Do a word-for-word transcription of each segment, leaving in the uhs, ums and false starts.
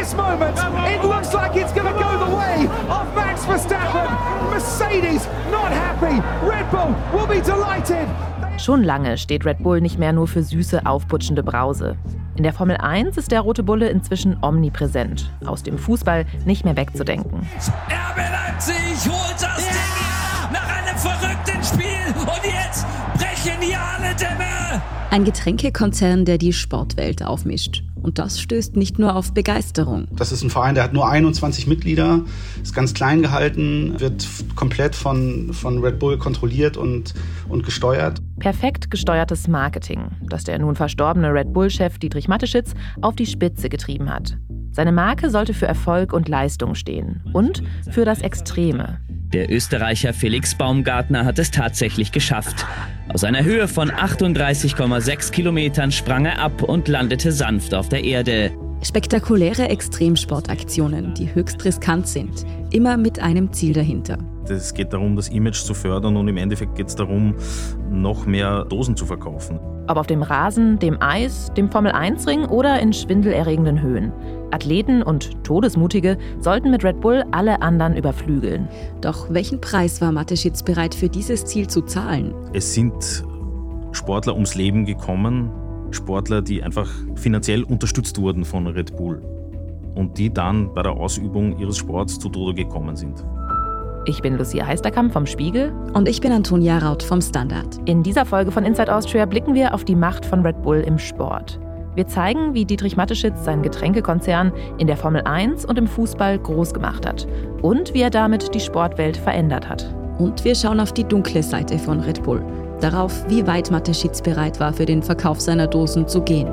this moment, it looks like it's going to go the way of Max Verstappen. Mercedes not happy. Red Bull will be delighted. Schon lange steht Red Bull nicht mehr nur für süße, aufputschende Brause. In der Formel eins ist der rote Bulle inzwischen omnipräsent, aus dem Fußball nicht mehr wegzudenken. R B Leipzig holt das ja! Ding nach einem verrückten Spiel und jetzt brechen hier alle Dämme. Ein Getränkekonzern, der die Sportwelt aufmischt. Und das stößt nicht nur auf Begeisterung. Das ist ein Verein, der hat nur einundzwanzig Mitglieder, ist ganz klein gehalten, wird komplett von, von Red Bull kontrolliert und, und gesteuert. Perfekt gesteuertes Marketing, das der nun verstorbene Red Bull-Chef Dietrich Mateschitz auf die Spitze getrieben hat. Seine Marke sollte für Erfolg und Leistung stehen und für das Extreme. Der Österreicher Felix Baumgartner hat es tatsächlich geschafft. Aus einer Höhe von achtunddreißig Komma sechs Kilometern sprang er ab und landete sanft auf der Erde. Spektakuläre Extremsportaktionen, die höchst riskant sind, immer mit einem Ziel dahinter. Es geht darum, das Image zu fördern und im Endeffekt geht es darum, noch mehr Dosen zu verkaufen. Ob auf dem Rasen, dem Eis, dem Formel eins Ring oder in schwindelerregenden Höhen. Athleten und Todesmutige sollten mit Red Bull alle anderen überflügeln. Doch welchen Preis war Mateschitz bereit für dieses Ziel zu zahlen? Es sind Sportler ums Leben gekommen, Sportler, die einfach finanziell unterstützt wurden von Red Bull und die dann bei der Ausübung ihres Sports zu Tode gekommen sind. Ich bin Lucia Heisterkamp vom Spiegel. Und ich bin Antonia Raut vom Standard. In dieser Folge von Inside Austria blicken wir auf die Macht von Red Bull im Sport. Wir zeigen, wie Dietrich Mateschitz seinen Getränkekonzern in der Formel eins und im Fußball groß gemacht hat. Und wie er damit die Sportwelt verändert hat. Und wir schauen auf die dunkle Seite von Red Bull. Darauf, wie weit Mateschitz bereit war, für den Verkauf seiner Dosen zu gehen.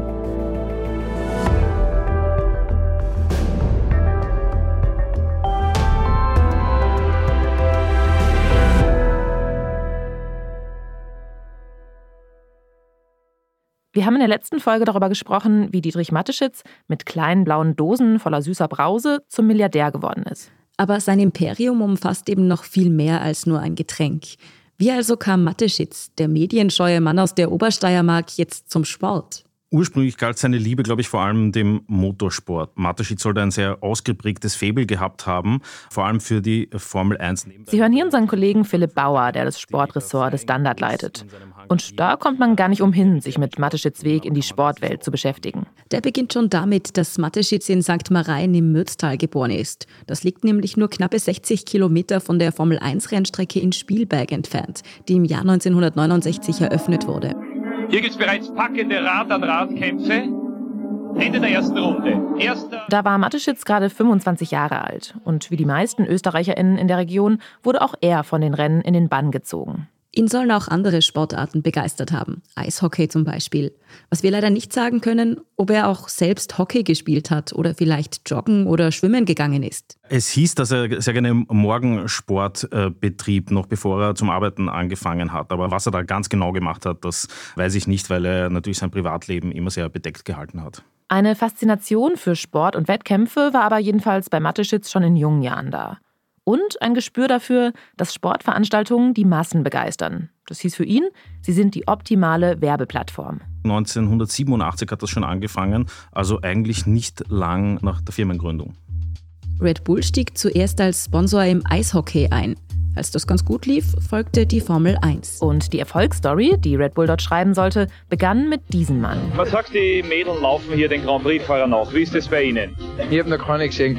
Wir haben in der letzten Folge darüber gesprochen, wie Dietrich Mateschitz mit kleinen blauen Dosen voller süßer Brause zum Milliardär geworden ist. Aber sein Imperium umfasst eben noch viel mehr als nur ein Getränk. Wie also kam Mateschitz, der medienscheue Mann aus der Obersteiermark, jetzt zum Sport? Ursprünglich galt seine Liebe, glaube ich, vor allem dem Motorsport. Mateschitz sollte ein sehr ausgeprägtes Faible gehabt haben, vor allem für die Formel eins. Sie hören hier unseren Kollegen Philipp Bauer, der das Sportressort des Standard leitet. Und da kommt man gar nicht umhin, sich mit Mateschitz' Weg in die Sportwelt zu beschäftigen. Der beginnt schon damit, dass Mateschitz in Sankt Marein im Mürztal geboren ist. Das liegt nämlich nur knappe sechzig Kilometer von der Formel eins Rennstrecke in Spielberg entfernt, die im Jahr neunzehnhundertneunundsechzig eröffnet wurde. Hier gibt es bereits packende Rad-an-Rad-Kämpfe. Ende der ersten Runde. Erster da war Mateschitz gerade fünfundzwanzig Jahre alt. Und wie die meisten ÖsterreicherInnen in der Region wurde auch er von den Rennen in den Bann gezogen. Ihn sollen auch andere Sportarten begeistert haben. Eishockey zum Beispiel. Was wir leider nicht sagen können, ob er auch selbst Hockey gespielt hat oder vielleicht joggen oder schwimmen gegangen ist. Es hieß, dass er sehr gerne Morgensport äh, betrieb, noch bevor er zum Arbeiten angefangen hat. Aber was er da ganz genau gemacht hat, das weiß ich nicht, weil er natürlich sein Privatleben immer sehr bedeckt gehalten hat. Eine Faszination für Sport und Wettkämpfe war aber jedenfalls bei Mateschitz schon in jungen Jahren da. Und ein Gespür dafür, dass Sportveranstaltungen die Massen begeistern. Das hieß für ihn, sie sind die optimale Werbeplattform. neunzehnhundertsiebenundachtzig hat das schon angefangen, also eigentlich nicht lang nach der Firmengründung. Red Bull stieg zuerst als Sponsor im Eishockey ein. Als das ganz gut lief, folgte die Formel eins. Und die Erfolgsstory, die Red Bull dort schreiben sollte, begann mit diesem Mann. Man sagt, die Mädels laufen hier den Grand Prix-Fahrer nach. Wie ist das bei Ihnen? Ich habe noch keine gesehen.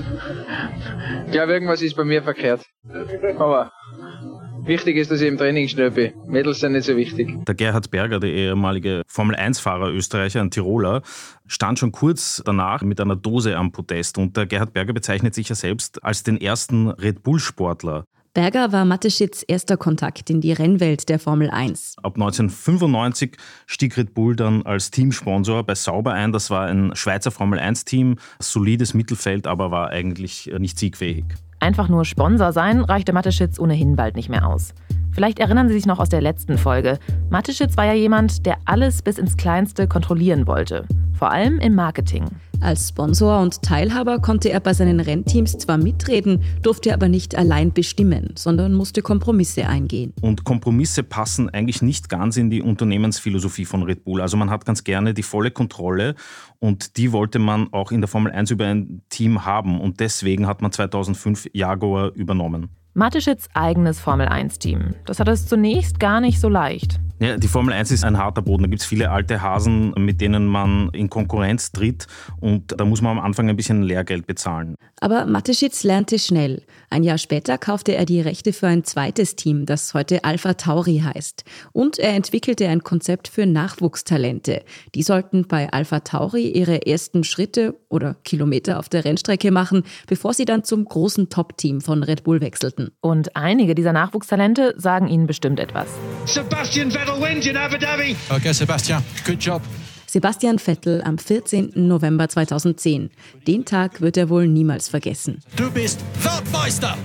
Ich glaube, irgendwas ist bei mir verkehrt. Aber wichtig ist, dass ich im Training schnell bin. Mädels sind nicht so wichtig. Der Gerhard Berger, der ehemalige Formel eins Fahrer Österreicher, ein Tiroler, stand schon kurz danach mit einer Dose am Podest. Und der Gerhard Berger bezeichnet sich ja selbst als den ersten Red Bull-Sportler. Berger war Mateschitz' erster Kontakt in die Rennwelt der Formel eins. Ab neunzehnhundertfünfundneunzig stieg Red Bull dann als Teamsponsor bei Sauber ein. Das war ein Schweizer Formel eins Team, solides Mittelfeld, aber war eigentlich nicht siegfähig. Einfach nur Sponsor sein reichte Mateschitz ohnehin bald nicht mehr aus. Vielleicht erinnern Sie sich noch aus der letzten Folge. Mateschitz war ja jemand, der alles bis ins Kleinste kontrollieren wollte. Vor allem im Marketing. Als Sponsor und Teilhaber konnte er bei seinen Rennteams zwar mitreden, durfte aber nicht allein bestimmen, sondern musste Kompromisse eingehen. Und Kompromisse passen eigentlich nicht ganz in die Unternehmensphilosophie von Red Bull. Also man hat ganz gerne die volle Kontrolle und die wollte man auch in der Formel eins über ein Team haben. Und deswegen hat man zweitausendfünf Jaguar übernommen. Mateschitz' eigenes Formel eins Team. Das hat es zunächst gar nicht so leicht. Ja, die Formel eins ist ein harter Boden. Da gibt es viele alte Hasen, mit denen man in Konkurrenz tritt. Und da muss man am Anfang ein bisschen Lehrgeld bezahlen. Aber Mateschitz lernte schnell. Ein Jahr später kaufte er die Rechte für ein zweites Team, das heute Alpha Tauri heißt. Und er entwickelte ein Konzept für Nachwuchstalente. Die sollten bei Alpha Tauri ihre ersten Schritte oder Kilometer auf der Rennstrecke machen, bevor sie dann zum großen Top-Team von Red Bull wechselten. Und einige dieser Nachwuchstalente sagen ihnen bestimmt etwas. Sebastian Vettel wins in Abu Dhabi. Okay, Sebastian, good job. Sebastian Vettel am vierzehnten November zweitausendzehn. Den Tag wird er wohl niemals vergessen. Du bist Weltmeister!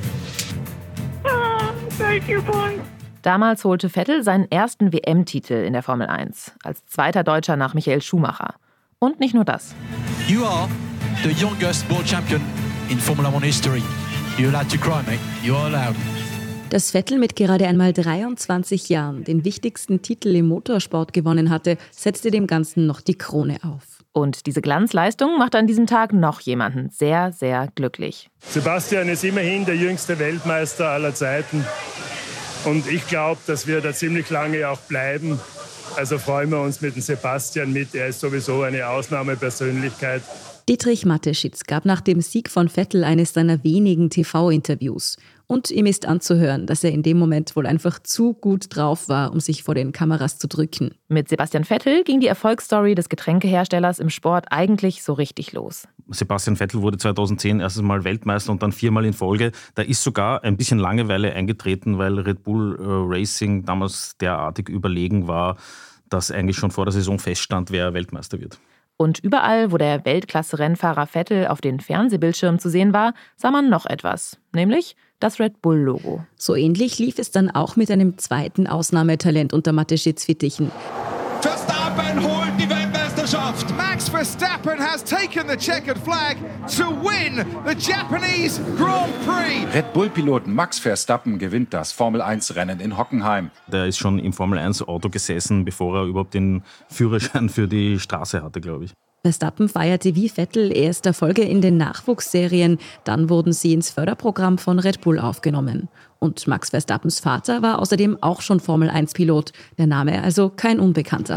Ah, thank you, boy. Damals holte Vettel seinen ersten W M-Titel in der Formel eins, als zweiter Deutscher nach Michael Schumacher. Und nicht nur das. You are the youngest world champion in Formula One history. You're allowed to cry, mate. You are allowed. Dass Vettel mit gerade einmal dreiundzwanzig Jahren den wichtigsten Titel im Motorsport gewonnen hatte, setzte dem Ganzen noch die Krone auf. Und diese Glanzleistung macht an diesem Tag noch jemanden sehr, sehr glücklich. Sebastian ist immerhin der jüngste Weltmeister aller Zeiten. Und ich glaube, dass wir da ziemlich lange auch bleiben. Also freuen wir uns mit dem Sebastian mit. Er ist sowieso eine Ausnahmepersönlichkeit. Dietrich Mateschitz gab nach dem Sieg von Vettel eines seiner wenigen T V-Interviews. Und ihm ist anzuhören, dass er in dem Moment wohl einfach zu gut drauf war, um sich vor den Kameras zu drücken. Mit Sebastian Vettel ging die Erfolgsstory des Getränkeherstellers im Sport eigentlich so richtig los. Sebastian Vettel wurde zweitausendzehn erstes Mal Weltmeister und dann viermal in Folge. Da ist sogar ein bisschen Langeweile eingetreten, weil Red Bull äh, Racing damals derartig überlegen war, dass eigentlich schon vor der Saison feststand, wer Weltmeister wird. Und überall, wo der Weltklasse-Rennfahrer Vettel auf den Fernsehbildschirmen zu sehen war, sah man noch etwas, nämlich das Red Bull-Logo. So ähnlich lief es dann auch mit einem zweiten Ausnahmetalent unter Mateschitz Fittichen. Verstappen holt die Weltmeisterschaft. Max Verstappen has taken the checkered flag to win the Japanese Grand Prix. Red Bull-Piloten Max Verstappen gewinnt das Formel eins Rennen in Hockenheim. Der ist schon im Formel eins Auto gesessen, bevor er überhaupt den Führerschein für die Straße hatte, glaube ich. Verstappen feierte wie Vettel erst Erfolge in den Nachwuchsserien, dann wurden sie ins Förderprogramm von Red Bull aufgenommen. Und Max Verstappens Vater war außerdem auch schon Formel eins Pilot, der Name also kein Unbekannter.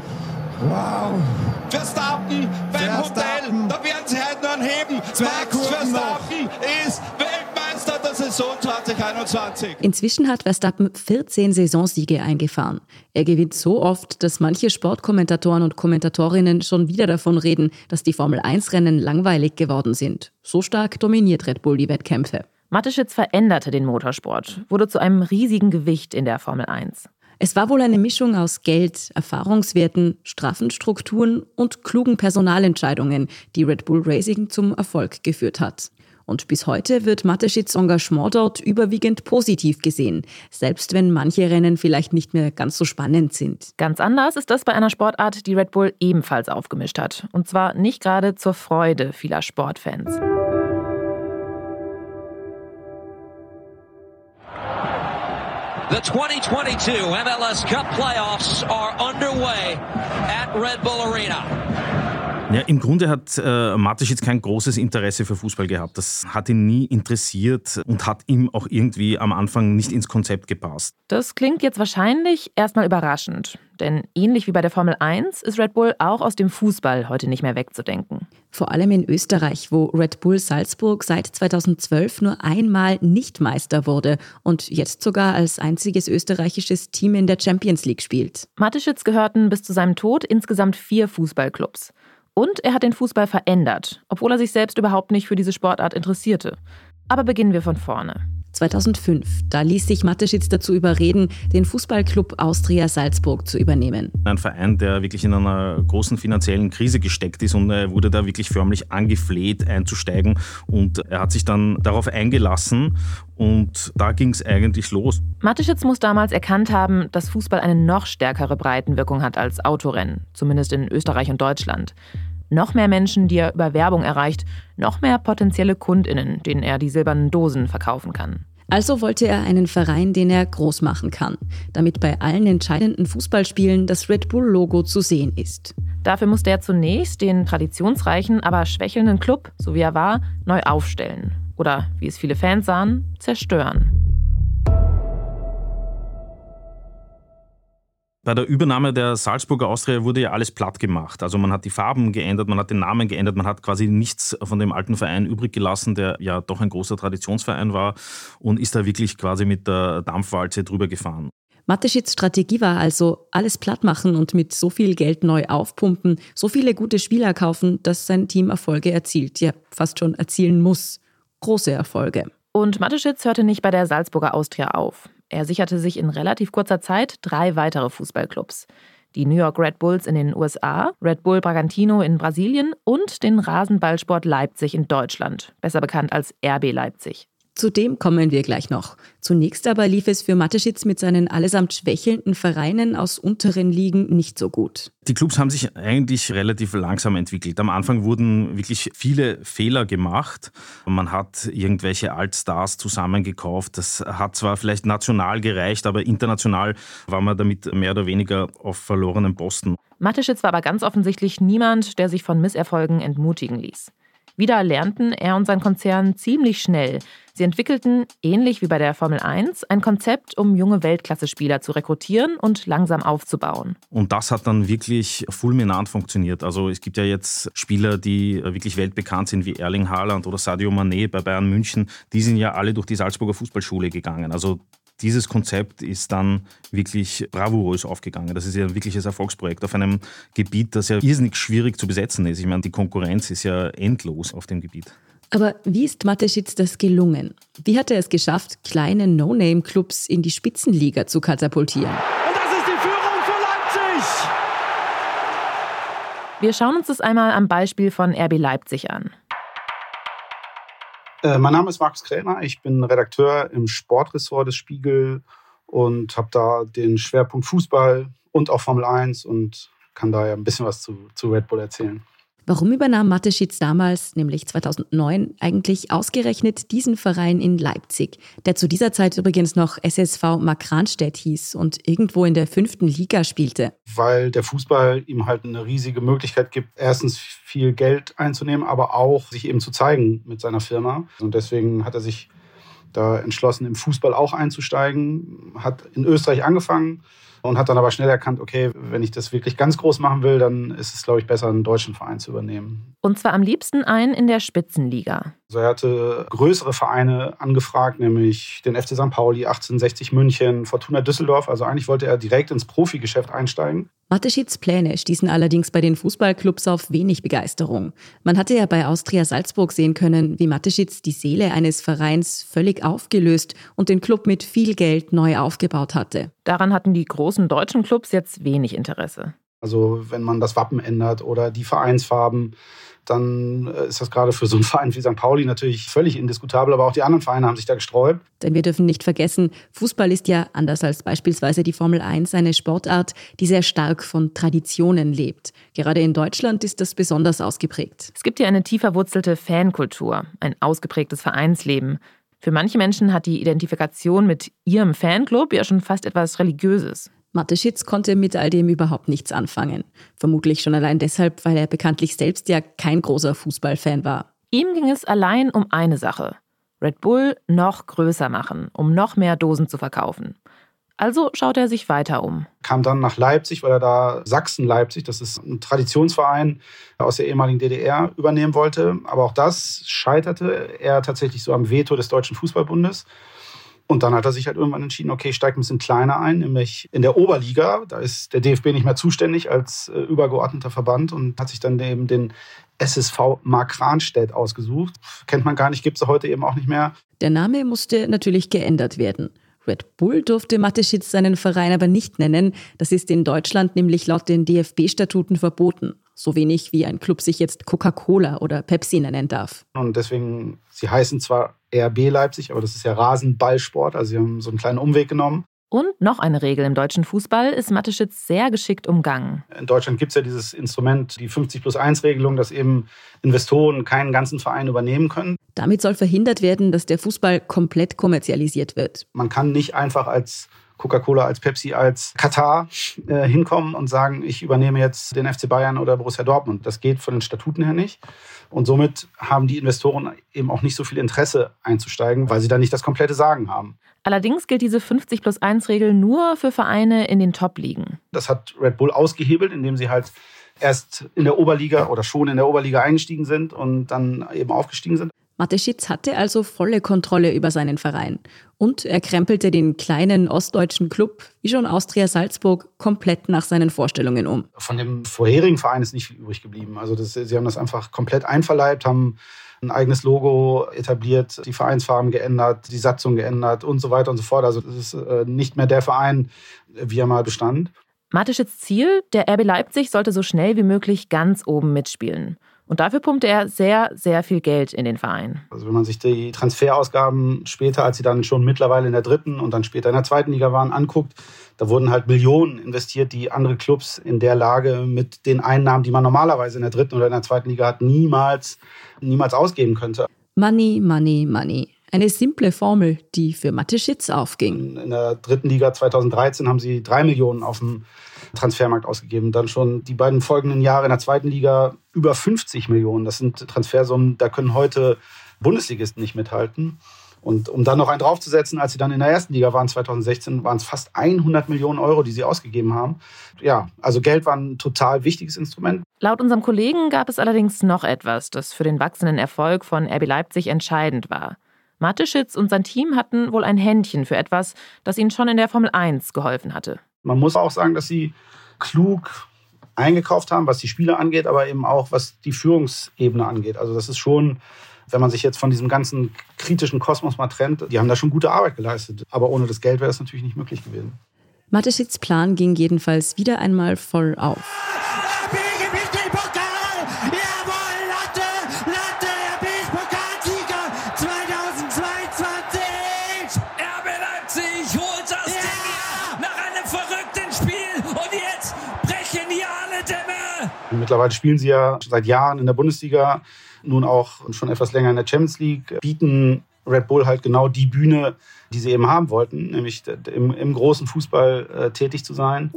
Wow. Verstappen beim Verstappen. Hotel, da werden sie heute noch anheben. Max Verstappen noch. Ist Weltmeister der Saison zwanzig einundzwanzig. Inzwischen hat Verstappen vierzehn Saisonsiege eingefahren. Er gewinnt so oft, dass manche Sportkommentatoren und Kommentatorinnen schon wieder davon reden, dass die Formel eins Rennen langweilig geworden sind. So stark dominiert Red Bull die Wettkämpfe. Mateschitz veränderte den Motorsport, wurde zu einem riesigen Gewicht in der Formel eins. Es war wohl eine Mischung aus Geld, Erfahrungswerten, straffen Strukturen und klugen Personalentscheidungen, die Red Bull Racing zum Erfolg geführt hat. Und bis heute wird Mateschitz' Engagement dort überwiegend positiv gesehen, selbst wenn manche Rennen vielleicht nicht mehr ganz so spannend sind. Ganz anders ist das bei einer Sportart, die Red Bull ebenfalls aufgemischt hat. Und zwar nicht gerade zur Freude vieler Sportfans. The twenty twenty-two M L S Cup Playoffs are underway at Red Bull Arena. Ja, im Grunde hat äh, Mateschitz kein großes Interesse für Fußball gehabt. Das hat ihn nie interessiert und hat ihm auch irgendwie am Anfang nicht ins Konzept gepasst. Das klingt jetzt wahrscheinlich erstmal überraschend. Denn ähnlich wie bei der Formel eins ist Red Bull auch aus dem Fußball heute nicht mehr wegzudenken. Vor allem in Österreich, wo Red Bull Salzburg seit zweitausendzwölf nur einmal nicht Meister wurde und jetzt sogar als einziges österreichisches Team in der Champions League spielt. Mateschitz gehörten bis zu seinem Tod insgesamt vier Fußballclubs. Und er hat den Fußball verändert, obwohl er sich selbst überhaupt nicht für diese Sportart interessierte. Aber beginnen wir von vorne. zweitausendfünf, da ließ sich Mateschitz dazu überreden, den Fußballclub Austria Salzburg zu übernehmen. Ein Verein, der wirklich in einer großen finanziellen Krise gesteckt ist und er wurde da wirklich förmlich angefleht einzusteigen und er hat sich dann darauf eingelassen und da ging es eigentlich los. Mateschitz muss damals erkannt haben, dass Fußball eine noch stärkere Breitenwirkung hat als Autorennen, zumindest in Österreich und Deutschland. Noch mehr Menschen, die er über Werbung erreicht, noch mehr potenzielle KundInnen, denen er die silbernen Dosen verkaufen kann. Also wollte er einen Verein, den er groß machen kann, damit bei allen entscheidenden Fußballspielen das Red Bull-Logo zu sehen ist. Dafür musste er zunächst den traditionsreichen, aber schwächelnden Club, so wie er war, neu aufstellen. Oder, wie es viele Fans sahen, zerstören. Bei der Übernahme der Salzburger Austria wurde ja alles platt gemacht. Also man hat die Farben geändert, man hat den Namen geändert, man hat quasi nichts von dem alten Verein übrig gelassen, der ja doch ein großer Traditionsverein war, und ist da wirklich quasi mit der Dampfwalze drüber gefahren. Mateschitz' Strategie war also, alles platt machen und mit so viel Geld neu aufpumpen, so viele gute Spieler kaufen, dass sein Team Erfolge erzielt, ja fast schon erzielen muss. Große Erfolge. Und Mateschitz hörte nicht bei der Salzburger Austria auf. Er sicherte sich in relativ kurzer Zeit drei weitere Fußballclubs. Die New York Red Bulls in den U S A, Red Bull Bragantino in Brasilien und den Rasenballsport Leipzig in Deutschland, besser bekannt als R B Leipzig. Zu dem kommen wir gleich noch. Zunächst aber lief es für Mateschitz mit seinen allesamt schwächelnden Vereinen aus unteren Ligen nicht so gut. Die Clubs haben sich eigentlich relativ langsam entwickelt. Am Anfang wurden wirklich viele Fehler gemacht. Man hat irgendwelche Altstars zusammengekauft. Das hat zwar vielleicht national gereicht, aber international war man damit mehr oder weniger auf verlorenen Posten. Mateschitz war aber ganz offensichtlich niemand, der sich von Misserfolgen entmutigen ließ. Wieder lernten er und sein Konzern ziemlich schnell. Sie entwickelten, ähnlich wie bei der Formel eins, ein Konzept, um junge Weltklasse-Spieler zu rekrutieren und langsam aufzubauen. Und das hat dann wirklich fulminant funktioniert. Also es gibt ja jetzt Spieler, die wirklich weltbekannt sind, wie Erling Haaland oder Sadio Mané bei Bayern München. Die sind ja alle durch die Salzburger Fußballschule gegangen. Also dieses Konzept ist dann wirklich bravourös aufgegangen. Das ist ja ein wirkliches Erfolgsprojekt auf einem Gebiet, das ja irrsinnig schwierig zu besetzen ist. Ich meine, die Konkurrenz ist ja endlos auf dem Gebiet. Aber wie ist Mateschitz das gelungen? Wie hat er es geschafft, kleine No-Name-Clubs in die Spitzenliga zu katapultieren? Und das ist die Führung für Leipzig! Wir schauen uns das einmal am Beispiel von R B Leipzig an. Äh, mein Name ist Markus Krämer, ich bin Redakteur im Sportressort des Spiegel und habe da den Schwerpunkt Fußball und auch Formel eins und kann da ja ein bisschen was zu, zu Red Bull erzählen. Warum übernahm Mateschitz damals, nämlich zweitausendneun, eigentlich ausgerechnet diesen Verein in Leipzig, der zu dieser Zeit übrigens noch S S V Markranstädt hieß und irgendwo in der fünften Liga spielte? Weil der Fußball ihm halt eine riesige Möglichkeit gibt, erstens viel Geld einzunehmen, aber auch sich eben zu zeigen mit seiner Firma. Und deswegen hat er sich da entschlossen, im Fußball auch einzusteigen, hat in Österreich angefangen und hat dann aber schnell erkannt, okay, wenn ich das wirklich ganz groß machen will, dann ist es, glaube ich, besser, einen deutschen Verein zu übernehmen. Und zwar am liebsten einen in der Spitzenliga. Also er hatte größere Vereine angefragt, nämlich den F C Sankt Pauli, achtzehnhundertsechzig München, Fortuna Düsseldorf. Also eigentlich wollte er direkt ins Profigeschäft einsteigen. Mateschitz' Pläne stießen allerdings bei den Fußballclubs auf wenig Begeisterung. Man hatte ja bei Austria Salzburg sehen können, wie Mateschitz die Seele eines Vereins völlig aufgelöst und den Club mit viel Geld neu aufgebaut hatte. Daran hatten die großen deutschen Clubs jetzt wenig Interesse. Also wenn man das Wappen ändert oder die Vereinsfarben, dann ist das gerade für so einen Verein wie Sankt Pauli natürlich völlig indiskutabel. Aber auch die anderen Vereine haben sich da gesträubt. Denn wir dürfen nicht vergessen, Fußball ist ja, anders als beispielsweise die Formel eins, eine Sportart, die sehr stark von Traditionen lebt. Gerade in Deutschland ist das besonders ausgeprägt. Es gibt ja eine tief verwurzelte Fankultur, ein ausgeprägtes Vereinsleben. Für manche Menschen hat die Identifikation mit ihrem Fanclub ja schon fast etwas Religiöses. Mateschitz konnte mit all dem überhaupt nichts anfangen. Vermutlich schon allein deshalb, weil er bekanntlich selbst ja kein großer Fußballfan war. Ihm ging es allein um eine Sache: Red Bull noch größer machen, um noch mehr Dosen zu verkaufen. Also schaute er sich weiter um. Kam dann nach Leipzig, weil er da Sachsen-Leipzig, das ist ein Traditionsverein aus der ehemaligen D D R, übernehmen wollte. Aber auch das scheiterte er tatsächlich so am Veto des Deutschen Fußballbundes. Und dann hat er sich halt irgendwann entschieden, okay, ich steige ein bisschen kleiner ein, nämlich in der Oberliga. Da ist der D F B nicht mehr zuständig als äh, übergeordneter Verband und hat sich dann eben den S S V Markranstädt ausgesucht. Kennt man gar nicht, gibt es heute eben auch nicht mehr. Der Name musste natürlich geändert werden. Red Bull durfte Mateschitz seinen Verein aber nicht nennen. Das ist in Deutschland nämlich laut den D F B-Statuten verboten. So wenig wie ein Club sich jetzt Coca-Cola oder Pepsi nennen darf. Und deswegen, sie heißen zwar R B Leipzig, aber das ist ja Rasenballsport. Also sie haben so einen kleinen Umweg genommen. Und noch eine Regel im deutschen Fußball ist Mateschitz sehr geschickt umgangen. In Deutschland gibt es ja dieses Instrument, die fünfzig plus eins Regelung, dass eben Investoren keinen ganzen Verein übernehmen können. Damit soll verhindert werden, dass der Fußball komplett kommerzialisiert wird. Man kann nicht einfach als Coca-Cola, als Pepsi, als Katar äh, hinkommen und sagen, ich übernehme jetzt den F C Bayern oder Borussia Dortmund. Das geht von den Statuten her nicht. Und somit haben die Investoren eben auch nicht so viel Interesse einzusteigen, weil sie da nicht das komplette Sagen haben. Allerdings gilt diese fünfzig plus eins Regel nur für Vereine in den Top-Ligen. Das hat Red Bull ausgehebelt, indem sie halt erst in der Oberliga oder schon in der Oberliga eingestiegen sind und dann eben aufgestiegen sind. Mateschitz hatte also volle Kontrolle über seinen Verein. Und er krempelte den kleinen ostdeutschen Club, wie schon Austria Salzburg, komplett nach seinen Vorstellungen um. Von dem vorherigen Verein ist nicht viel übrig geblieben. Also das, sie haben das einfach komplett einverleibt, haben ein eigenes Logo etabliert, die Vereinsfarben geändert, die Satzung geändert und so weiter und so fort. Also das ist äh, nicht mehr der Verein, wie er mal bestand. Mateschitz' Ziel, der R B Leipzig sollte so schnell wie möglich ganz oben mitspielen. Und dafür pumpte er sehr, sehr viel Geld in den Verein. Also wenn man sich die Transferausgaben später, als sie dann schon mittlerweile in der dritten und dann später in der zweiten Liga waren, anguckt, da wurden halt Millionen investiert, die andere Clubs in der Lage mit den Einnahmen, die man normalerweise in der dritten oder in der zweiten Liga hat, niemals, niemals ausgeben könnte. Money, money, money. Eine simple Formel, die für Mateschitz aufging. In der dritten Liga zweitausenddreizehn haben sie drei Millionen auf dem Transfermarkt ausgegeben. Dann schon die beiden folgenden Jahre in der zweiten Liga über fünfzig Millionen. Das sind Transfersummen, da können heute Bundesligisten nicht mithalten. Und um dann noch einen draufzusetzen, als sie dann in der ersten Liga waren, zweitausendsechzehn, waren es fast hundert Millionen Euro, die sie ausgegeben haben. Ja, also Geld war ein total wichtiges Instrument. Laut unserem Kollegen gab es allerdings noch etwas, das für den wachsenden Erfolg von R B Leipzig entscheidend war. Mateschitz und sein Team hatten wohl ein Händchen für etwas, das ihnen schon in der Formel eins geholfen hatte. Man muss auch sagen, dass sie klug eingekauft haben, was die Spieler angeht, aber eben auch, was die Führungsebene angeht. Also das ist schon, wenn man sich jetzt von diesem ganzen kritischen Kosmos mal trennt, die haben da schon gute Arbeit geleistet. Aber ohne das Geld wäre das natürlich nicht möglich gewesen. Mateschitz' Plan ging jedenfalls wieder einmal voll auf. Mittlerweile spielen sie ja seit Jahren in der Bundesliga, nun auch schon etwas länger in der Champions League, bieten Red Bull halt genau die Bühne, die sie eben haben wollten, nämlich im, im großen Fußball äh, tätig zu sein.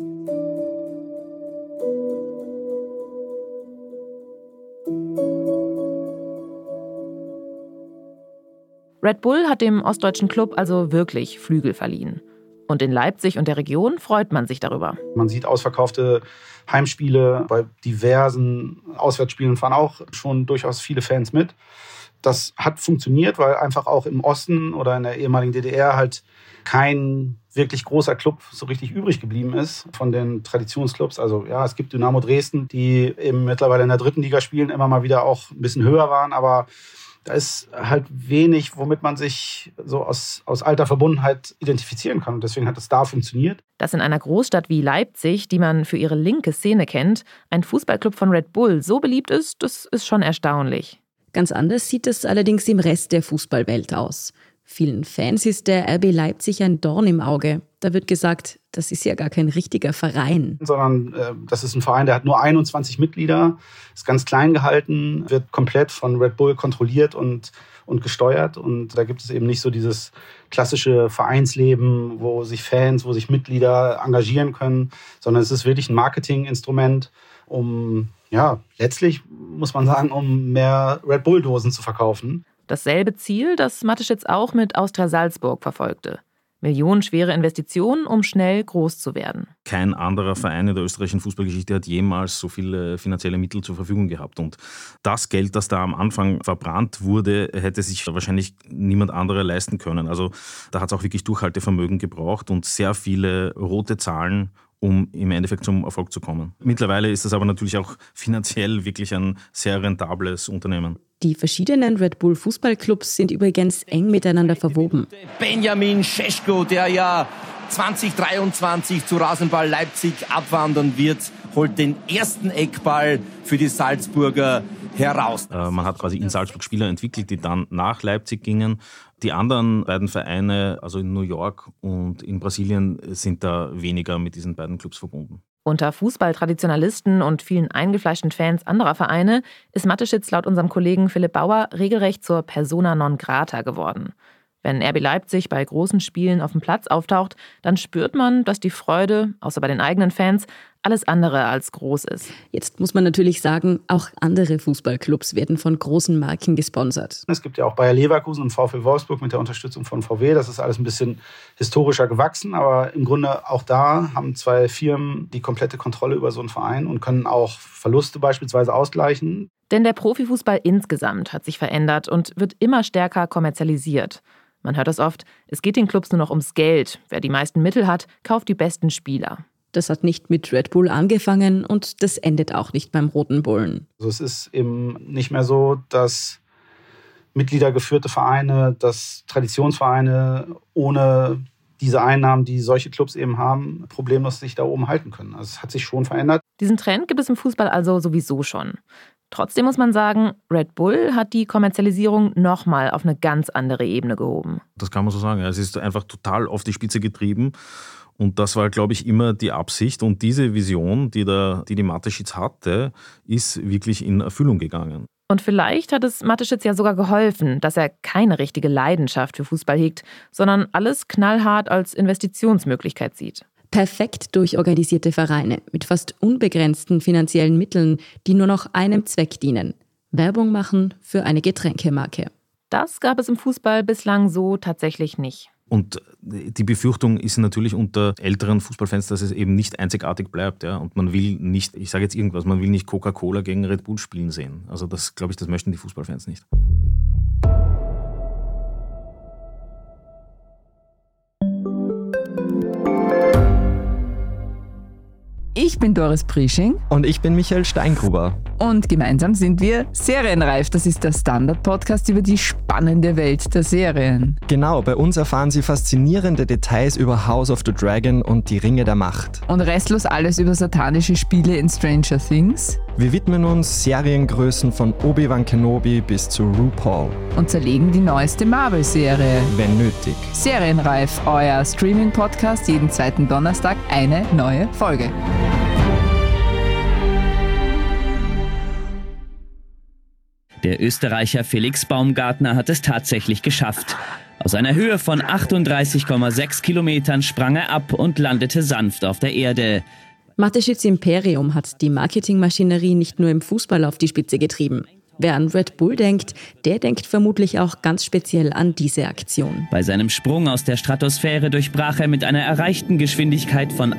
Red Bull hat dem ostdeutschen Club also wirklich Flügel verliehen. Und in Leipzig und der Region freut man sich darüber. Man sieht ausverkaufte Heimspiele, bei diversen Auswärtsspielen fahren auch schon durchaus viele Fans mit. Das hat funktioniert, weil einfach auch im Osten oder in der ehemaligen D D R halt kein wirklich großer Club so richtig übrig geblieben ist von den Traditionsclubs. Also ja, es gibt Dynamo Dresden, die eben mittlerweile in der dritten Liga spielen, immer mal wieder auch ein bisschen höher waren, aber da ist halt wenig, womit man sich so aus, aus alter Verbundenheit identifizieren kann. Und deswegen hat es da funktioniert. Dass in einer Großstadt wie Leipzig, die man für ihre linke Szene kennt, ein Fußballclub von Red Bull so beliebt ist, das ist schon erstaunlich. Ganz anders sieht es allerdings im Rest der Fußballwelt aus. Vielen Fans ist der R B Leipzig ein Dorn im Auge. Da wird gesagt, das ist ja gar kein richtiger Verein. Sondern äh, das ist ein Verein, der hat nur einundzwanzig Mitglieder, ist ganz klein gehalten, wird komplett von Red Bull kontrolliert und, und gesteuert. Und da gibt es eben nicht so dieses klassische Vereinsleben, wo sich Fans, wo sich Mitglieder engagieren können, sondern es ist wirklich ein Marketinginstrument, um, ja, letztlich muss man sagen, um mehr Red Bull-Dosen zu verkaufen. Dasselbe Ziel, das Mateschitz auch mit Austria Salzburg verfolgte. Millionenschwere Investitionen, um schnell groß zu werden. Kein anderer Verein in der österreichischen Fußballgeschichte hat jemals so viele finanzielle Mittel zur Verfügung gehabt. Und das Geld, das da am Anfang verbrannt wurde, hätte sich wahrscheinlich niemand anderer leisten können. Also da hat es auch wirklich Durchhaltevermögen gebraucht und sehr viele rote Zahlen, um im Endeffekt zum Erfolg zu kommen. Mittlerweile ist das aber natürlich auch finanziell wirklich ein sehr rentables Unternehmen. Die verschiedenen Red Bull Fußballclubs sind übrigens eng miteinander verwoben. Benjamin Šeško, der ja zwanzig dreiundzwanzig zu Rasenball Leipzig abwandern wird, holt den ersten Eckball für die Salzburger heraus. Äh, man hat quasi in Salzburg Spieler entwickelt, die dann nach Leipzig gingen. Die anderen beiden Vereine, also in New York und in Brasilien, sind da weniger mit diesen beiden Clubs verbunden. Unter Fußballtraditionalisten und vielen eingefleischten Fans anderer Vereine ist Mateschitz laut unserem Kollegen Philipp Bauer regelrecht zur Persona non grata geworden. Wenn R B Leipzig bei großen Spielen auf dem Platz auftaucht, dann spürt man, dass die Freude, außer bei den eigenen Fans, alles andere als groß ist. Jetzt muss man natürlich sagen, auch andere Fußballclubs werden von großen Marken gesponsert. Es gibt ja auch Bayer Leverkusen und VfL Wolfsburg mit der Unterstützung von V W. Das ist alles ein bisschen historischer gewachsen, aber im Grunde auch da haben zwei Firmen die komplette Kontrolle über so einen Verein und können auch Verluste beispielsweise ausgleichen. Denn der Profifußball insgesamt hat sich verändert und wird immer stärker kommerzialisiert. Man hört es oft, es geht den Clubs nur noch ums Geld. Wer die meisten Mittel hat, kauft die besten Spieler. Das hat nicht mit Red Bull angefangen und das endet auch nicht beim Roten Bullen. Also es ist eben nicht mehr so, dass mitgliedergeführte Vereine, dass Traditionsvereine ohne diese Einnahmen, die solche Clubs eben haben, problemlos sich da oben halten können. Also es hat sich schon verändert. Diesen Trend gibt es im Fußball also sowieso schon. Trotzdem muss man sagen, Red Bull hat die Kommerzialisierung nochmal auf eine ganz andere Ebene gehoben. Das kann man so sagen. Es ist einfach total auf die Spitze getrieben. Und das war, glaube ich, immer die Absicht. Und diese Vision, die der, die, die Mateschitz hatte, ist wirklich in Erfüllung gegangen. Und vielleicht hat es Mateschitz ja sogar geholfen, dass er keine richtige Leidenschaft für Fußball hegt, sondern alles knallhart als Investitionsmöglichkeit sieht. Perfekt durchorganisierte Vereine mit fast unbegrenzten finanziellen Mitteln, die nur noch einem Zweck dienen: Werbung machen für eine Getränkemarke. Das gab es im Fußball bislang so tatsächlich nicht. Und die Befürchtung ist natürlich unter älteren Fußballfans, dass es eben nicht einzigartig bleibt. Ja? Und man will nicht, ich sage jetzt irgendwas, man will nicht Coca-Cola gegen Red Bull spielen sehen. Also das, glaube ich, das möchten die Fußballfans nicht. Ich bin Doris Prisching. Und ich bin Michael Steingruber. Und gemeinsam sind wir Serienreif. Das ist der Standard-Podcast über die spannende Welt der Serien. Genau, bei uns erfahren Sie faszinierende Details über House of the Dragon und die Ringe der Macht. Und restlos alles über satanische Spiele in Stranger Things. Wir widmen uns Seriengrößen von Obi-Wan Kenobi bis zu RuPaul. Und zerlegen die neueste Marvel-Serie. Wenn nötig. Serienreif, euer Streaming-Podcast, jeden zweiten Donnerstag eine neue Folge. Der Österreicher Felix Baumgartner hat es tatsächlich geschafft. Aus einer Höhe von achtunddreißig Komma sechs Kilometern sprang er ab und landete sanft auf der Erde. Mateschitz Imperium hat die Marketingmaschinerie nicht nur im Fußball auf die Spitze getrieben. Wer an Red Bull denkt, der denkt vermutlich auch ganz speziell an diese Aktion. Bei seinem Sprung aus der Stratosphäre durchbrach er mit einer erreichten Geschwindigkeit von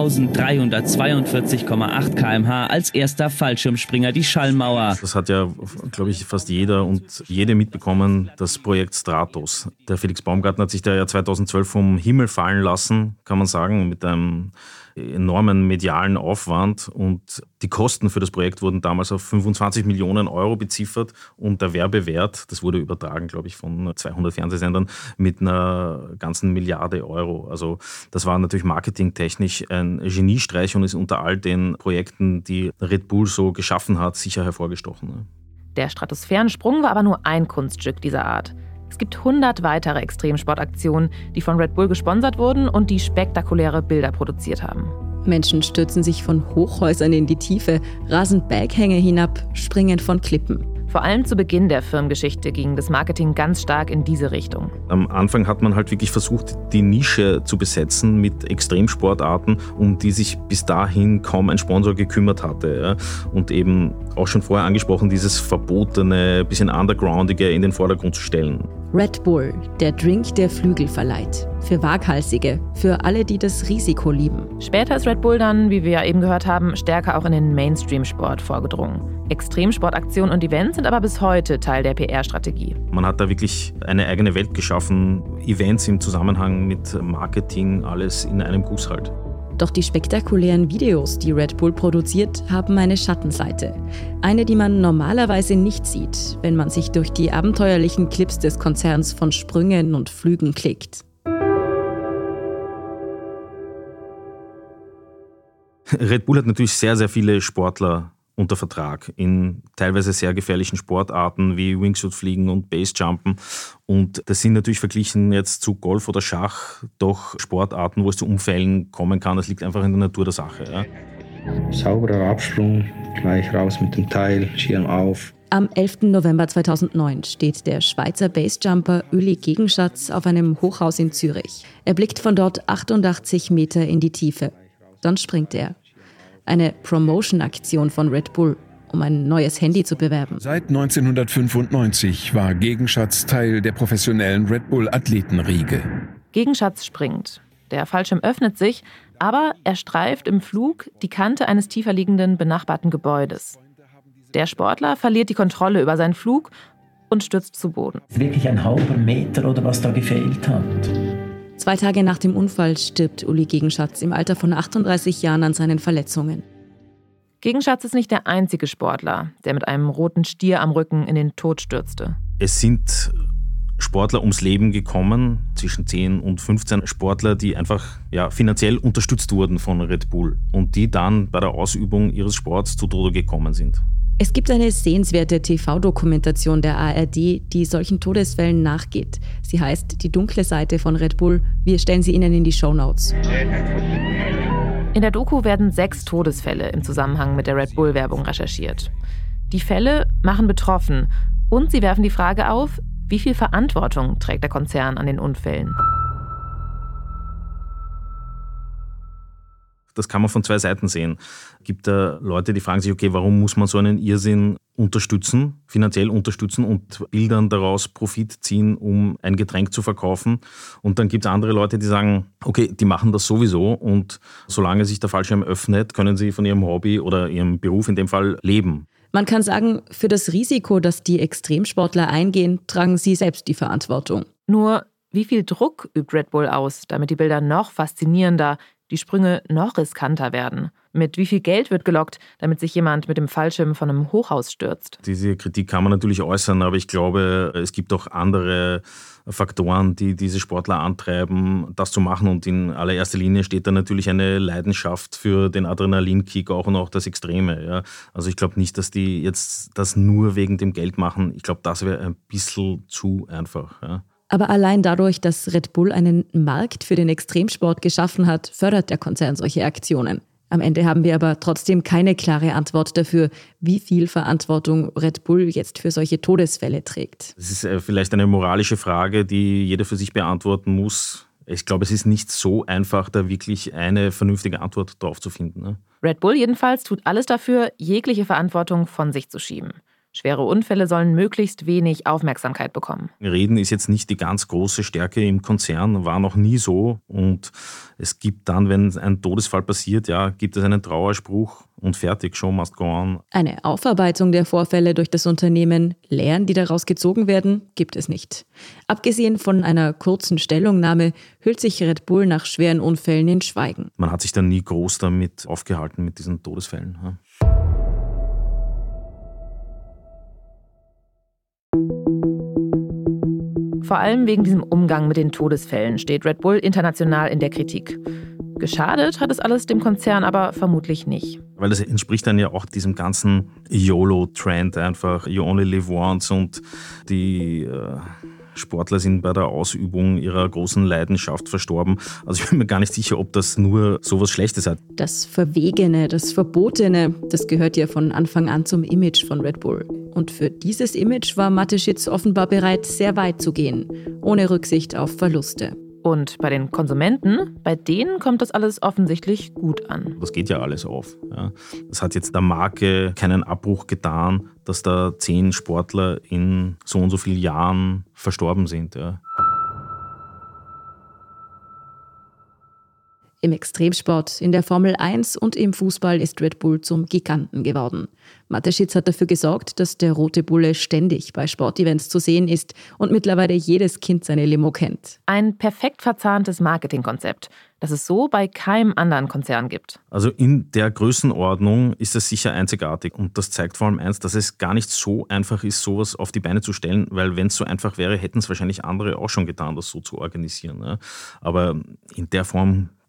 eintausenddreihundertzweiundvierzig Komma acht Kilometer pro Stunde als erster Fallschirmspringer die Schallmauer. Das hat ja, glaube ich, fast jeder und jede mitbekommen, das Projekt Stratos. Der Felix Baumgartner hat sich da ja zweitausendzwölf vom Himmel fallen lassen, kann man sagen, mit einem enormen medialen Aufwand, und die Kosten für das Projekt wurden damals auf fünfundzwanzig Millionen Euro beziffert und der Werbewert, das wurde übertragen, glaube ich, von zweihundert Fernsehsendern, mit einer ganzen Milliarde Euro. Also das war natürlich marketingtechnisch ein Geniestreich und ist unter all den Projekten, die Red Bull so geschaffen hat, sicher hervorgestochen. Der Stratosphärensprung war aber nur ein Kunststück dieser Art. Es gibt hundert weitere Extremsportaktionen, die von Red Bull gesponsert wurden und die spektakuläre Bilder produziert haben. Menschen stürzen sich von Hochhäusern in die Tiefe, rasen Berghänge hinab, springen von Klippen. Vor allem zu Beginn der Firmengeschichte ging das Marketing ganz stark in diese Richtung. Am Anfang hat man halt wirklich versucht, die Nische zu besetzen mit Extremsportarten, um die sich bis dahin kaum ein Sponsor gekümmert hatte. Und eben auch schon vorher angesprochen, dieses verbotene, bisschen undergroundige in den Vordergrund zu stellen. Red Bull, der Drink, der Flügel verleiht. Für Waghalsige, für alle, die das Risiko lieben. Später ist Red Bull dann, wie wir ja eben gehört haben, stärker auch in den Mainstream-Sport vorgedrungen. Extremsportaktionen und Events sind aber bis heute Teil der P R-Strategie. Man hat da wirklich eine eigene Welt geschaffen, Events im Zusammenhang mit Marketing, alles in einem Guss halt. Doch die spektakulären Videos, die Red Bull produziert, haben eine Schattenseite. Eine, die man normalerweise nicht sieht, wenn man sich durch die abenteuerlichen Clips des Konzerns von Sprüngen und Flügen klickt. Red Bull hat natürlich sehr, sehr viele Sportler unter Vertrag in teilweise sehr gefährlichen Sportarten wie Wingsuit-Fliegen und Basejumpen. Und das sind natürlich verglichen jetzt zu Golf oder Schach doch Sportarten, wo es zu Unfällen kommen kann. Das liegt einfach in der Natur der Sache. Ja. Sauberer Absprung, gleich raus mit dem Teil, Schirm auf. Am elften November zweitausendneun steht der Schweizer Basejumper Uli Gegenschatz auf einem Hochhaus in Zürich. Er blickt von dort achtundachtzig Meter in die Tiefe. Dann springt er. Eine Promotion-Aktion von Red Bull, um ein neues Handy zu bewerben. Seit neunzehnhundertfünfundneunzig war Gegenschatz Teil der professionellen Red Bull-Athletenriege. Gegenschatz springt. Der Fallschirm öffnet sich, aber er streift im Flug die Kante eines tiefer liegenden benachbarten Gebäudes. Der Sportler verliert die Kontrolle über seinen Flug und stürzt zu Boden. Wirklich ein halber Meter oder was da gefehlt hat. Zwei Tage nach dem Unfall stirbt Uli Gegenschatz im Alter von achtunddreißig Jahren an seinen Verletzungen. Gegenschatz ist nicht der einzige Sportler, der mit einem roten Stier am Rücken in den Tod stürzte. Es sind Sportler ums Leben gekommen, zwischen zehn und fünfzehn Sportler, die einfach ja, finanziell unterstützt wurden von Red Bull und die dann bei der Ausübung ihres Sports zu Tode gekommen sind. Es gibt eine sehenswerte T V-Dokumentation der A R D, die solchen Todesfällen nachgeht. Sie heißt Die dunkle Seite von Red Bull. Wir stellen sie Ihnen in die Shownotes. In der Doku werden sechs Todesfälle im Zusammenhang mit der Red Bull-Werbung recherchiert. Die Fälle machen betroffen und sie werfen die Frage auf, wie viel Verantwortung trägt der Konzern an den Unfällen? Das kann man von zwei Seiten sehen. Es gibt da Leute, die fragen sich, okay, warum muss man so einen Irrsinn unterstützen, finanziell unterstützen und Bildern daraus Profit ziehen, um ein Getränk zu verkaufen. Und dann gibt es andere Leute, die sagen, okay, die machen das sowieso und solange sich der Fallschirm öffnet, können sie von ihrem Hobby oder ihrem Beruf in dem Fall leben. Man kann sagen, für das Risiko, das die Extremsportler eingehen, tragen sie selbst die Verantwortung. Nur, wie viel Druck übt Red Bull aus, damit die Bilder noch faszinierender, die Sprünge noch riskanter werden? Mit wie viel Geld wird gelockt, damit sich jemand mit dem Fallschirm von einem Hochhaus stürzt? Diese Kritik kann man natürlich äußern, aber ich glaube, es gibt auch andere Faktoren, die diese Sportler antreiben, das zu machen. Und in allererster Linie steht da natürlich eine Leidenschaft für den Adrenalinkick auch und auch das Extreme. Ja. Also ich glaube nicht, dass die jetzt das nur wegen dem Geld machen. Ich glaube, das wäre ein bisschen zu einfach. Ja. Aber allein dadurch, dass Red Bull einen Markt für den Extremsport geschaffen hat, fördert der Konzern solche Aktionen. Am Ende haben wir aber trotzdem keine klare Antwort dafür, wie viel Verantwortung Red Bull jetzt für solche Todesfälle trägt. Das ist vielleicht eine moralische Frage, die jeder für sich beantworten muss. Ich glaube, es ist nicht so einfach, da wirklich eine vernünftige Antwort drauf zu finden. Ne? Red Bull jedenfalls tut alles dafür, jegliche Verantwortung von sich zu schieben. Schwere Unfälle sollen möglichst wenig Aufmerksamkeit bekommen. Reden ist jetzt nicht die ganz große Stärke im Konzern, war noch nie so. Und es gibt dann, wenn ein Todesfall passiert, ja, gibt es einen Trauerspruch und fertig, show must go on. Eine Aufarbeitung der Vorfälle durch das Unternehmen, Lehren, die daraus gezogen werden, gibt es nicht. Abgesehen von einer kurzen Stellungnahme hüllt sich Red Bull nach schweren Unfällen in Schweigen. Man hat sich dann nie groß damit aufgehalten mit diesen Todesfällen. Ja. Vor allem wegen diesem Umgang mit den Todesfällen steht Red Bull international in der Kritik. Geschadet hat es alles dem Konzern aber vermutlich nicht. Weil das entspricht dann ja auch diesem ganzen YOLO-Trend einfach, you only live once, und die äh, Sportler sind bei der Ausübung ihrer großen Leidenschaft verstorben. Also ich bin mir gar nicht sicher, ob das nur sowas Schlechtes hat. Das Verwegene, das Verbotene, das gehört ja von Anfang an zum Image von Red Bull. Und für dieses Image war Mateschitz offenbar bereit, sehr weit zu gehen, ohne Rücksicht auf Verluste. Und bei den Konsumenten, bei denen kommt das alles offensichtlich gut an. Das geht ja alles auf. Ja. Das hat jetzt der Marke keinen Abbruch getan, dass da zehn Sportler in so und so vielen Jahren verstorben sind. Ja. Im Extremsport, in der Formel eins und im Fußball ist Red Bull zum Giganten geworden. Mateschitz hat dafür gesorgt, dass der rote Bulle ständig bei Sportevents zu sehen ist und mittlerweile jedes Kind seine Limo kennt. Ein perfekt verzahntes Marketingkonzept, das es so bei keinem anderen Konzern gibt. Also in der Größenordnung ist es sicher einzigartig. Und das zeigt vor allem eins, dass es gar nicht so einfach ist, sowas auf die Beine zu stellen, weil wenn es so einfach wäre, hätten es wahrscheinlich andere auch schon getan, das so zu organisieren. Aber in der Form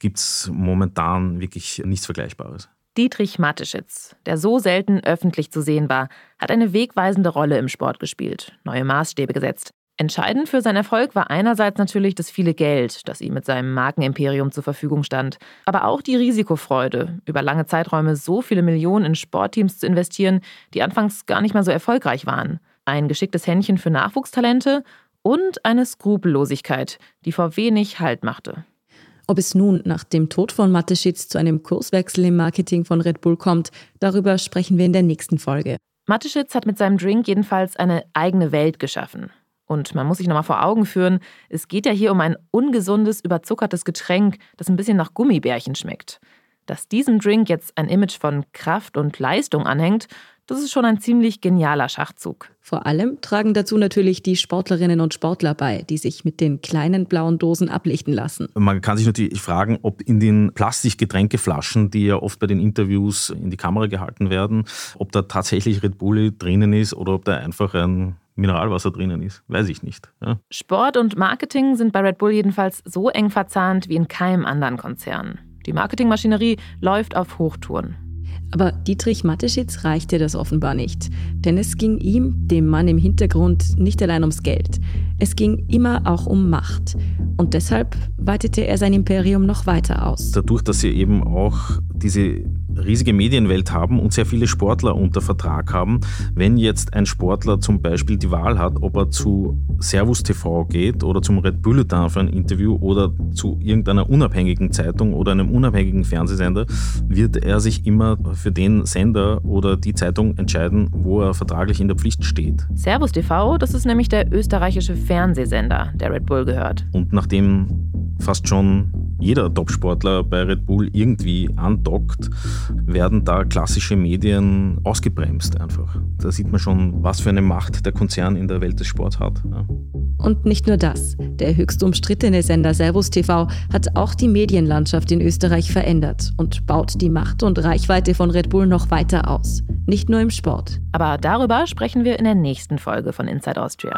gibt es momentan wirklich nichts Vergleichbares. Dietrich Mateschitz, der so selten öffentlich zu sehen war, hat eine wegweisende Rolle im Sport gespielt, neue Maßstäbe gesetzt. Entscheidend für seinen Erfolg war einerseits natürlich das viele Geld, das ihm mit seinem Markenimperium zur Verfügung stand, aber auch die Risikofreude, über lange Zeiträume so viele Millionen in Sportteams zu investieren, die anfangs gar nicht mal so erfolgreich waren. Ein geschicktes Händchen für Nachwuchstalente und eine Skrupellosigkeit, die vor wenig Halt machte. Ob es nun nach dem Tod von Mateschitz zu einem Kurswechsel im Marketing von Red Bull kommt, darüber sprechen wir in der nächsten Folge. Mateschitz hat mit seinem Drink jedenfalls eine eigene Welt geschaffen. Und man muss sich nochmal vor Augen führen, es geht ja hier um ein ungesundes, überzuckertes Getränk, das ein bisschen nach Gummibärchen schmeckt. Dass diesem Drink jetzt ein Image von Kraft und Leistung anhängt, das ist schon ein ziemlich genialer Schachzug. Vor allem tragen dazu natürlich die Sportlerinnen und Sportler bei, die sich mit den kleinen blauen Dosen ablichten lassen. Man kann sich natürlich fragen, ob in den Plastikgetränkeflaschen, die ja oft bei den Interviews in die Kamera gehalten werden, ob da tatsächlich Red Bull drinnen ist oder ob da einfach ein Mineralwasser drinnen ist. Weiß ich nicht. Ja. Sport und Marketing sind bei Red Bull jedenfalls so eng verzahnt wie in keinem anderen Konzern. Die Marketingmaschinerie läuft auf Hochtouren. Aber Dietrich Mateschitz reichte das offenbar nicht. Denn es ging ihm, dem Mann im Hintergrund, nicht allein ums Geld. Es ging immer auch um Macht. Und deshalb weitete er sein Imperium noch weiter aus. Dadurch, dass sie eben auch diese riesige Medienwelt haben und sehr viele Sportler unter Vertrag haben, wenn jetzt ein Sportler zum Beispiel die Wahl hat, ob er zu Servus T V geht oder zum Red Bulletin für ein Interview oder zu irgendeiner unabhängigen Zeitung oder einem unabhängigen Fernsehsender, wird er sich immer für den Sender oder die Zeitung entscheiden, wo er vertraglich in der Pflicht steht. Servus T V, das ist nämlich der österreichische Fernsehsender, der Red Bull gehört. Und nachdem fast schon jeder Topsportler bei Red Bull irgendwie andockt, werden da klassische Medien ausgebremst einfach. Da sieht man schon, was für eine Macht der Konzern in der Welt des Sports hat. Ja. Und nicht nur das. Der höchst umstrittene Sender Servus T V hat auch die Medienlandschaft in Österreich verändert und baut die Macht und Reichweite von Red Bull noch weiter aus. Nicht nur im Sport. Aber darüber sprechen wir in der nächsten Folge von Inside Austria.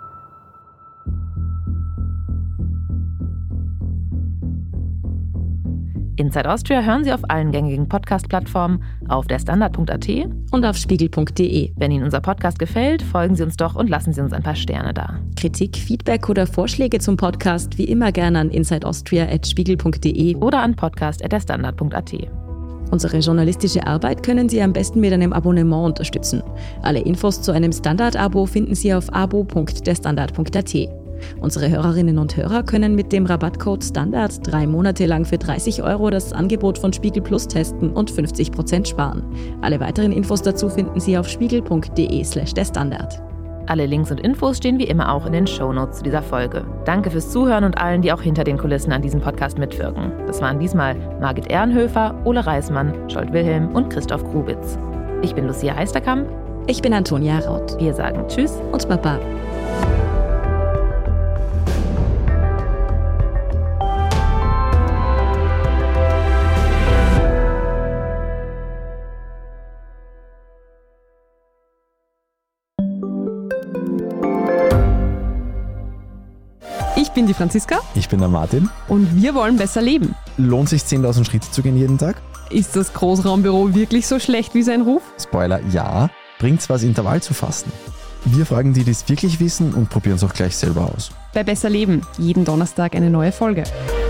Inside Austria hören Sie auf allen gängigen Podcast-Plattformen, auf der Standard punkt a t und auf spiegel punkt d e. Wenn Ihnen unser Podcast gefällt, folgen Sie uns doch und lassen Sie uns ein paar Sterne da. Kritik, Feedback oder Vorschläge zum Podcast wie immer gerne an insideaustria at spiegel punkt d e oder an podcast at der standard punkt a t. Unsere journalistische Arbeit können Sie am besten mit einem Abonnement unterstützen. Alle Infos zu einem Standard-Abo finden Sie auf abo punkt der standard punkt a t. Unsere Hörerinnen und Hörer können mit dem Rabattcode Standard drei Monate lang für dreißig Euro das Angebot von Spiegel Plus testen und fünfzig Prozent sparen. Alle weiteren Infos dazu finden Sie auf spiegel punkt d e slash der Standard. Alle Links und Infos stehen wie immer auch in den Shownotes zu dieser Folge. Danke fürs Zuhören und allen, die auch hinter den Kulissen an diesem Podcast mitwirken. Das waren diesmal Margit Ehrenhöfer, Ole Reismann, Scholt Wilhelm und Christoph Grubitz. Ich bin Lucia Heisterkamp. Ich bin Antonia Raut. Wir sagen Tschüss und Baba. Ich bin die Franziska. Ich bin der Martin. Und wir wollen besser leben. Lohnt sich zehntausend Schritte zu gehen jeden Tag? Ist das Großraumbüro wirklich so schlecht wie sein Ruf? Spoiler, ja. Bringt's was, Intervall zu fassen? Wir fragen die, die es wirklich wissen und probieren es auch gleich selber aus. Bei Besser Leben, jeden Donnerstag eine neue Folge.